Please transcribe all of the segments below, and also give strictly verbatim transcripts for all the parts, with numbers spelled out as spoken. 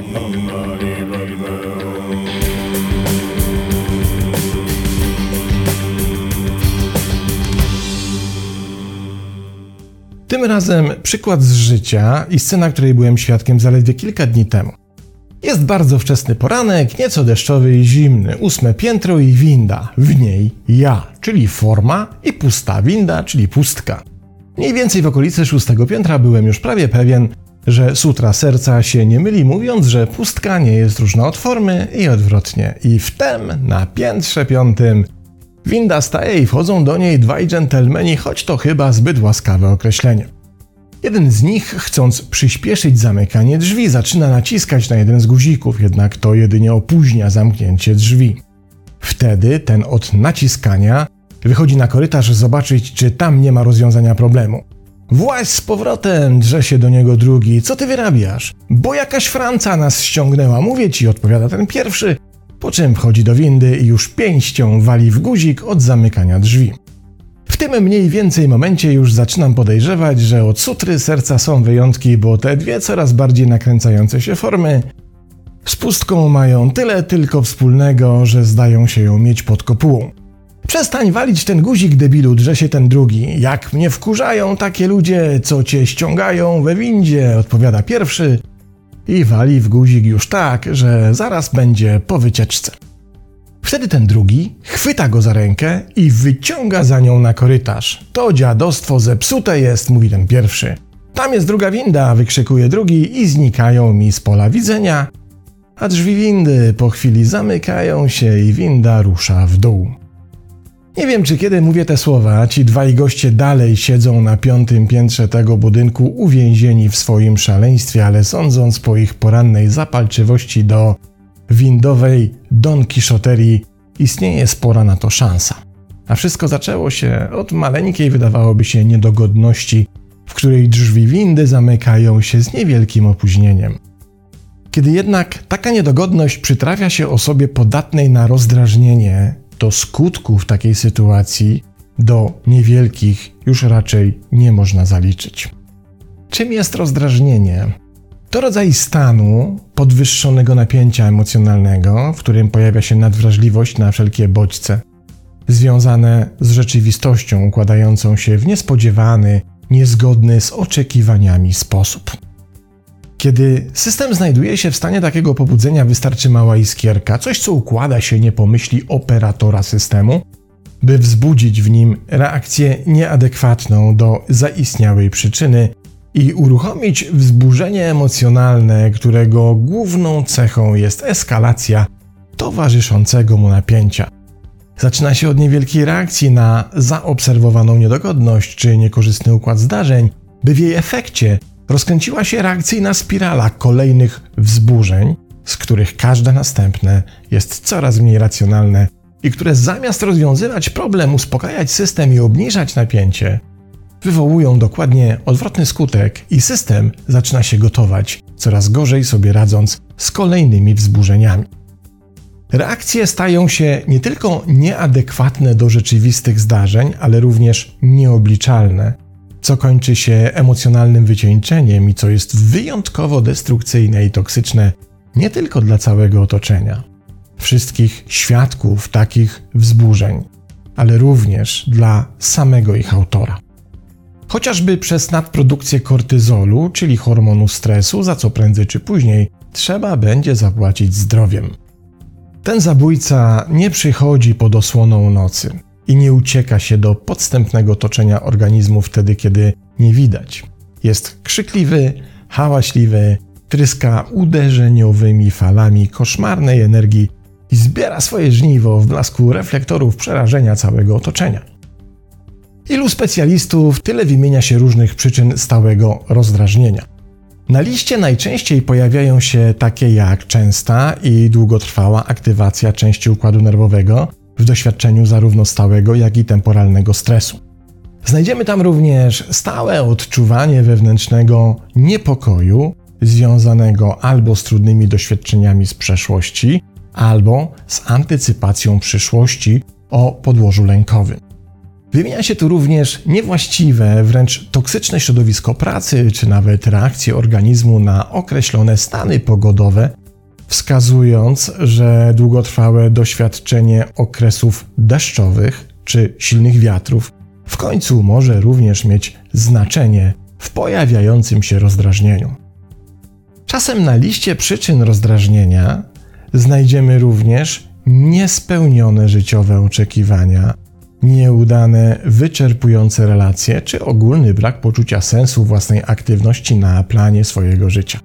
Tym razem przykład z życia i scena, której byłem świadkiem zaledwie kilka dni temu. Jest bardzo wczesny poranek, nieco deszczowy i zimny, ósme piętro i winda, w niej ja, czyli forma, i pusta winda, czyli pustka. Mniej więcej w okolicy szóstego piętra byłem już prawie pewien, że sutra serca się nie myli, mówiąc, że pustka nie jest różna od formy i odwrotnie. I wtem na piętrze piątym winda staje i wchodzą do niej dwaj dżentelmeni, choć to chyba zbyt łaskawe określenie. Jeden z nich, chcąc przyspieszyć zamykanie drzwi, zaczyna naciskać na jeden z guzików, jednak to jedynie opóźnia zamknięcie drzwi. Wtedy ten od naciskania wychodzi na korytarz zobaczyć, czy tam nie ma rozwiązania problemu. Właź z powrotem, drze się do niego drugi. Co ty wyrabiasz? Bo jakaś Franca nas ściągnęła, mówię ci, odpowiada ten pierwszy, po czym wchodzi do windy i już pięścią wali w guzik od zamykania drzwi. W tym mniej więcej momencie już zaczynam podejrzewać, że od sutry serca są wyjątki, bo te dwie coraz bardziej nakręcające się formy z pustką mają tyle tylko wspólnego, że zdają się ją mieć pod kopułą. Przestań walić ten guzik, debilu, drze się ten drugi. Jak mnie wkurzają takie ludzie, co cię ściągają we windzie, odpowiada pierwszy i wali w guzik już tak, że zaraz będzie po wycieczce. Wtedy ten drugi chwyta go za rękę i wyciąga za nią na korytarz. To dziadostwo zepsute jest, mówi ten pierwszy. Tam jest druga winda, wykrzykuje drugi i znikają mi z pola widzenia, a drzwi windy po chwili zamykają się i winda rusza w dół. Nie wiem, czy kiedy mówię te słowa, ci dwaj goście dalej siedzą na piątym piętrze tego budynku uwięzieni w swoim szaleństwie, ale sądząc po ich porannej zapalczywości do windowej Don Kiszoterii, istnieje spora na to szansa. A wszystko zaczęło się od maleńkiej, wydawałoby się, niedogodności, w której drzwi windy zamykają się z niewielkim opóźnieniem. Kiedy jednak taka niedogodność przytrafia się osobie podatnej na rozdrażnienie, to skutków takiej sytuacji do niewielkich już raczej nie można zaliczyć. Czym jest rozdrażnienie? To rodzaj stanu podwyższonego napięcia emocjonalnego, w którym pojawia się nadwrażliwość na wszelkie bodźce, związane z rzeczywistością układającą się w niespodziewany, niezgodny z oczekiwaniami sposób. Kiedy system znajduje się w stanie takiego pobudzenia, wystarczy mała iskierka, coś co układa się nie po myśli operatora systemu, by wzbudzić w nim reakcję nieadekwatną do zaistniałej przyczyny i uruchomić wzburzenie emocjonalne, którego główną cechą jest eskalacja towarzyszącego mu napięcia. Zaczyna się od niewielkiej reakcji na zaobserwowaną niedogodność czy niekorzystny układ zdarzeń, by w jej efekcie rozkręciła się reakcyjna spirala kolejnych wzburzeń, z których każde następne jest coraz mniej racjonalne i które zamiast rozwiązywać problem, uspokajać system i obniżać napięcie, wywołują dokładnie odwrotny skutek i system zaczyna się gotować, coraz gorzej sobie radząc z kolejnymi wzburzeniami. Reakcje stają się nie tylko nieadekwatne do rzeczywistych zdarzeń, ale również nieobliczalne, co kończy się emocjonalnym wycieńczeniem i co jest wyjątkowo destrukcyjne i toksyczne nie tylko dla całego otoczenia, wszystkich świadków takich wzburzeń, ale również dla samego ich autora. Chociażby przez nadprodukcję kortyzolu, czyli hormonu stresu, za co prędzej czy później trzeba będzie zapłacić zdrowiem. Ten zabójca nie przychodzi pod osłoną nocy i nie ucieka się do podstępnego toczenia organizmu wtedy, kiedy nie widać. Jest krzykliwy, hałaśliwy, tryska uderzeniowymi falami koszmarnej energii i zbiera swoje żniwo w blasku reflektorów przerażenia całego otoczenia. Ilu specjalistów, tyle wymienia się różnych przyczyn stałego rozdrażnienia. Na liście najczęściej pojawiają się takie jak częsta i długotrwała aktywacja części układu nerwowego w doświadczeniu zarówno stałego, jak i temporalnego stresu. Znajdziemy tam również stałe odczuwanie wewnętrznego niepokoju związanego albo z trudnymi doświadczeniami z przeszłości, albo z antycypacją przyszłości o podłożu lękowym. Wymienia się tu również niewłaściwe, wręcz toksyczne środowisko pracy, czy nawet reakcje organizmu na określone stany pogodowe, wskazując, że długotrwałe doświadczenie okresów deszczowych czy silnych wiatrów w końcu może również mieć znaczenie w pojawiającym się rozdrażnieniu. Czasem na liście przyczyn rozdrażnienia znajdziemy również niespełnione życiowe oczekiwania, nieudane, wyczerpujące relacje czy ogólny brak poczucia sensu własnej aktywności na planie swojego życia.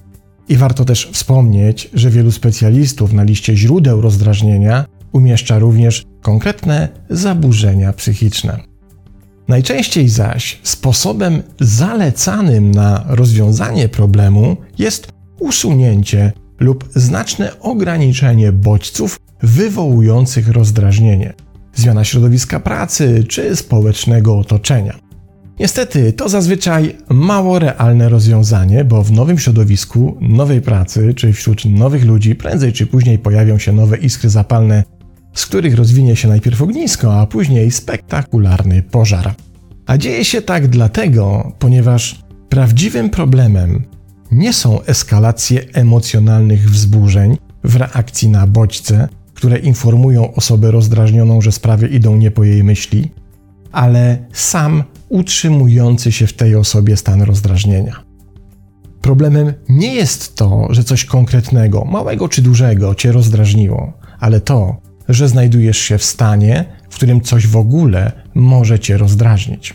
I warto też wspomnieć, że wielu specjalistów na liście źródeł rozdrażnienia umieszcza również konkretne zaburzenia psychiczne. Najczęściej zaś sposobem zalecanym na rozwiązanie problemu jest usunięcie lub znaczne ograniczenie bodźców wywołujących rozdrażnienie, zmiana środowiska pracy czy społecznego otoczenia. Niestety to zazwyczaj mało realne rozwiązanie, bo w nowym środowisku, nowej pracy czy wśród nowych ludzi prędzej czy później pojawią się nowe iskry zapalne, z których rozwinie się najpierw ognisko, a później spektakularny pożar. A dzieje się tak dlatego, ponieważ prawdziwym problemem nie są eskalacje emocjonalnych wzburzeń w reakcji na bodźce, które informują osobę rozdrażnioną, że sprawy idą nie po jej myśli, ale sam utrzymujący się w tej osobie stan rozdrażnienia. Problemem nie jest to, że coś konkretnego, małego czy dużego cię rozdrażniło, ale to, że znajdujesz się w stanie, w którym coś w ogóle może cię rozdrażnić.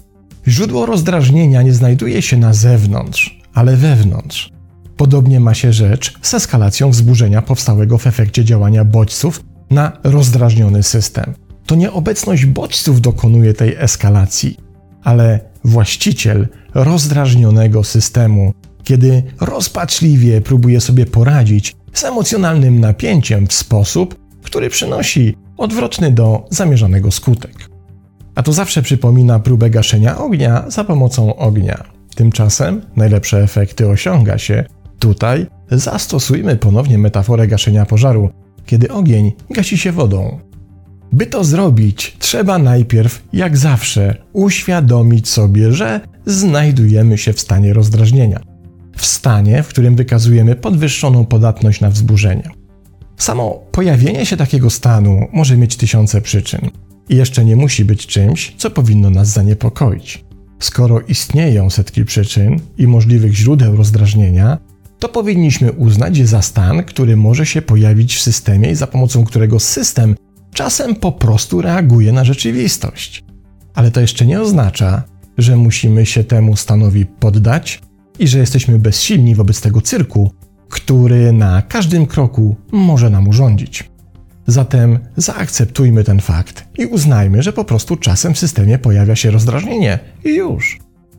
Źródło rozdrażnienia nie znajduje się na zewnątrz, ale wewnątrz. Podobnie ma się rzecz z eskalacją wzburzenia powstałego w efekcie działania bodźców na rozdrażniony system. To nie obecność bodźców dokonuje tej eskalacji, ale właściciel rozdrażnionego systemu, kiedy rozpaczliwie próbuje sobie poradzić z emocjonalnym napięciem w sposób, który przynosi odwrotny do zamierzonego skutek. A to zawsze przypomina próbę gaszenia ognia za pomocą ognia. Tymczasem najlepsze efekty osiąga się tutaj. Zastosujmy ponownie metaforę gaszenia pożaru, kiedy ogień gasi się wodą. By to zrobić, trzeba najpierw, jak zawsze, uświadomić sobie, że znajdujemy się w stanie rozdrażnienia. W stanie, w którym wykazujemy podwyższoną podatność na wzburzenia. Samo pojawienie się takiego stanu może mieć tysiące przyczyn i jeszcze nie musi być czymś, co powinno nas zaniepokoić. Skoro istnieją setki przyczyn i możliwych źródeł rozdrażnienia, to powinniśmy uznać je za stan, który może się pojawić w systemie i za pomocą którego system czasem po prostu reaguje na rzeczywistość. Ale to jeszcze nie oznacza, że musimy się temu stanowi poddać i że jesteśmy bezsilni wobec tego cyrku, który na każdym kroku może nam urządzić. Zatem zaakceptujmy ten fakt i uznajmy, że po prostu czasem w systemie pojawia się rozdrażnienie i już.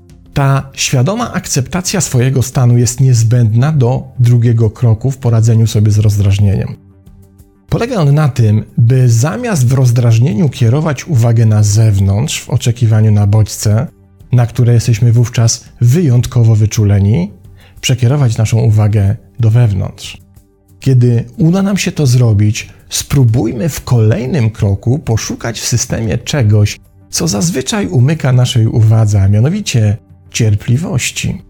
Ta świadoma akceptacja swojego stanu jest niezbędna do drugiego kroku w poradzeniu sobie z rozdrażnieniem. Polega on na tym, by zamiast w rozdrażnieniu kierować uwagę na zewnątrz w oczekiwaniu na bodźce, na które jesteśmy wówczas wyjątkowo wyczuleni, przekierować naszą uwagę do wewnątrz. Kiedy uda nam się to zrobić, spróbujmy w kolejnym kroku poszukać w systemie czegoś, co zazwyczaj umyka naszej uwadze, a mianowicie cierpliwości.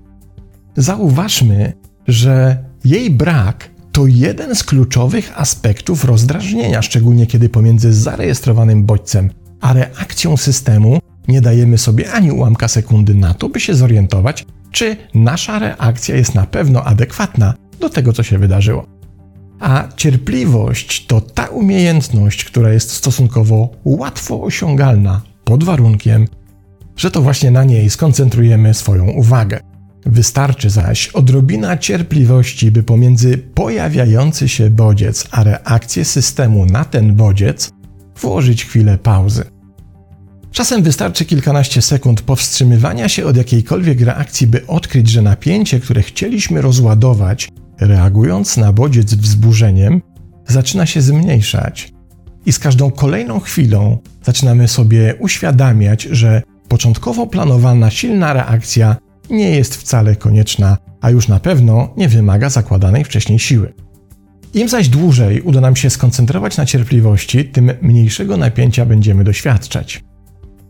Zauważmy, że jej brak to jeden z kluczowych aspektów rozdrażnienia, szczególnie kiedy pomiędzy zarejestrowanym bodźcem a reakcją systemu nie dajemy sobie ani ułamka sekundy na to, by się zorientować, czy nasza reakcja jest na pewno adekwatna do tego, co się wydarzyło. A cierpliwość to ta umiejętność, która jest stosunkowo łatwo osiągalna pod warunkiem, że to właśnie na niej skoncentrujemy swoją uwagę. Wystarczy zaś odrobina cierpliwości, by pomiędzy pojawiający się bodziec a reakcję systemu na ten bodziec włożyć chwilę pauzy. Czasem wystarczy kilkanaście sekund powstrzymywania się od jakiejkolwiek reakcji, by odkryć, że napięcie, które chcieliśmy rozładować, reagując na bodziec wzburzeniem, zaczyna się zmniejszać. I z każdą kolejną chwilą zaczynamy sobie uświadamiać, że początkowo planowana silna reakcja nie jest wcale konieczna, a już na pewno nie wymaga zakładanej wcześniej siły. Im zaś dłużej uda nam się skoncentrować na cierpliwości, tym mniejszego napięcia będziemy doświadczać.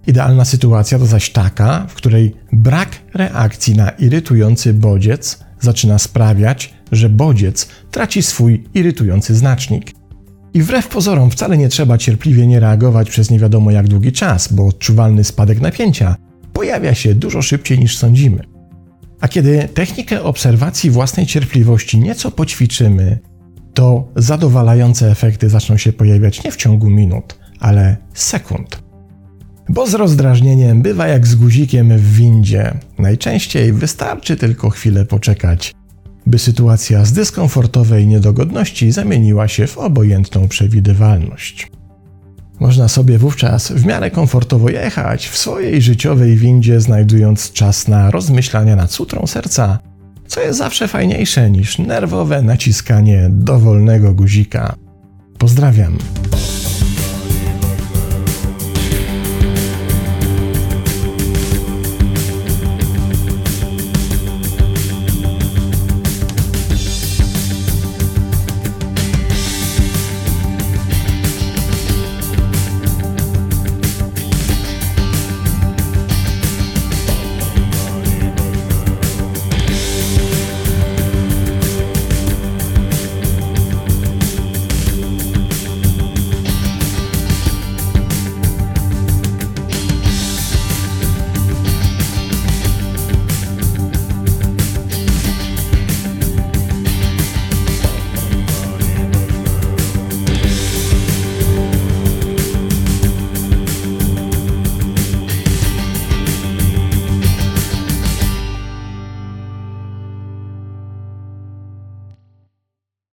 Idealna sytuacja to zaś taka, w której brak reakcji na irytujący bodziec zaczyna sprawiać, że bodziec traci swój irytujący znacznik. I wbrew pozorom wcale nie trzeba cierpliwie nie reagować przez nie wiadomo jak długi czas, bo odczuwalny spadek napięcia pojawia się dużo szybciej niż sądzimy. A kiedy technikę obserwacji własnej cierpliwości nieco poćwiczymy, to zadowalające efekty zaczną się pojawiać nie w ciągu minut, ale sekund. Bo z rozdrażnieniem bywa jak z guzikiem w windzie. Najczęściej wystarczy tylko chwilę poczekać, by sytuacja z dyskomfortowej niedogodności zamieniła się w obojętną przewidywalność. Można sobie wówczas w miarę komfortowo jechać w swojej życiowej windzie, znajdując czas na rozmyślania nad sutrą serca, co jest zawsze fajniejsze niż nerwowe naciskanie dowolnego guzika. Pozdrawiam.